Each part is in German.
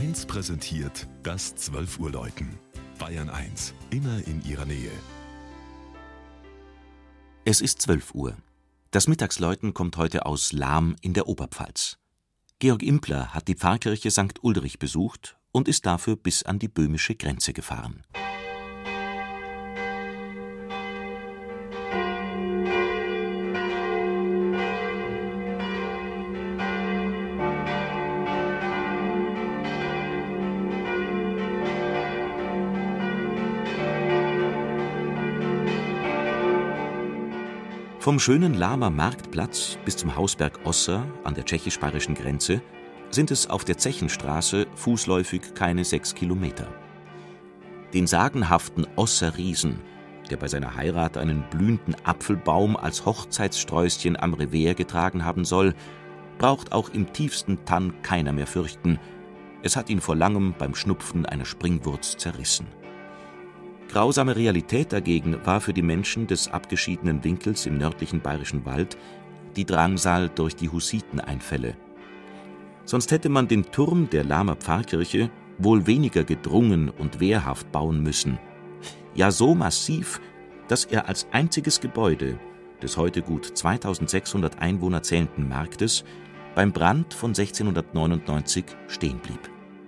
1 präsentiert das 12 Uhr Läuten. Bayern 1, immer in ihrer Nähe. Es ist 12 Uhr. Das Mittagsläuten kommt heute aus Lahm in der Oberpfalz. Georg Impler hat die Pfarrkirche St. Ulrich besucht und ist dafür bis an die böhmische Grenze gefahren. Vom schönen Lahmer Marktplatz bis zum Hausberg Osser an der tschechisch-bayerischen Grenze sind es auf der Zechenstraße fußläufig keine 6 Kilometer. Den sagenhaften Osser-Riesen, der bei seiner Heirat einen blühenden Apfelbaum als Hochzeitssträußchen am Revers getragen haben soll, braucht auch im tiefsten Tann keiner mehr fürchten. Es hat ihn vor langem beim Schnupfen einer Springwurz zerrissen. Grausame Realität dagegen war für die Menschen des abgeschiedenen Winkels im nördlichen Bayerischen Wald die Drangsal durch die Hussiteneinfälle. Sonst hätte man den Turm der Lahmer Pfarrkirche wohl weniger gedrungen und wehrhaft bauen müssen. Ja, so massiv, dass er als einziges Gebäude des heute gut 2600 Einwohner zählenden Marktes beim Brand von 1699 stehen blieb.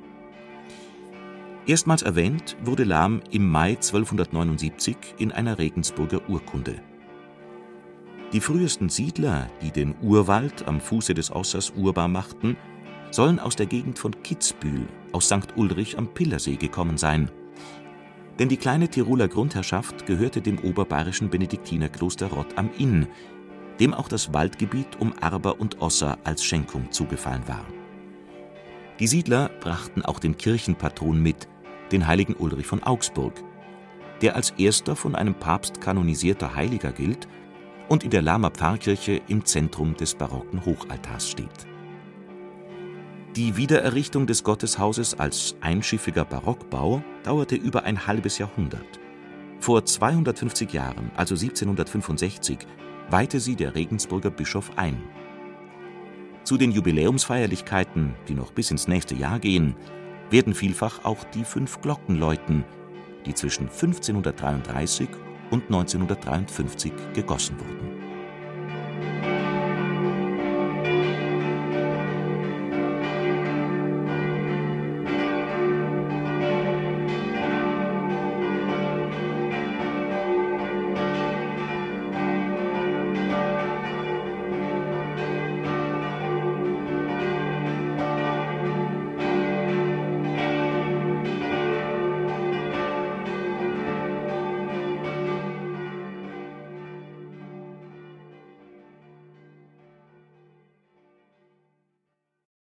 Erstmals erwähnt wurde Lahm im Mai 1279 in einer Regensburger Urkunde. Die frühesten Siedler, die den Urwald am Fuße des Ossers urbar machten, sollen aus der Gegend von Kitzbühel aus St. Ulrich am Pillersee gekommen sein. Denn die kleine Tiroler Grundherrschaft gehörte dem oberbayerischen Benediktinerkloster Rott am Inn, dem auch das Waldgebiet um Arber und Osser als Schenkung zugefallen war. Die Siedler brachten auch den Kirchenpatron mit, den heiligen Ulrich von Augsburg, der als erster von einem Papst kanonisierter Heiliger gilt und in der Lahmer Pfarrkirche im Zentrum des barocken Hochaltars steht. Die Wiedererrichtung des Gotteshauses als einschiffiger Barockbau dauerte über ein halbes Jahrhundert. Vor 250 Jahren, also 1765, weihte sie der Regensburger Bischof ein. Zu den Jubiläumsfeierlichkeiten, die noch bis ins nächste Jahr gehen, werden vielfach auch die 5 Glocken läuten, die zwischen 1533 und 1953 gegossen wurden.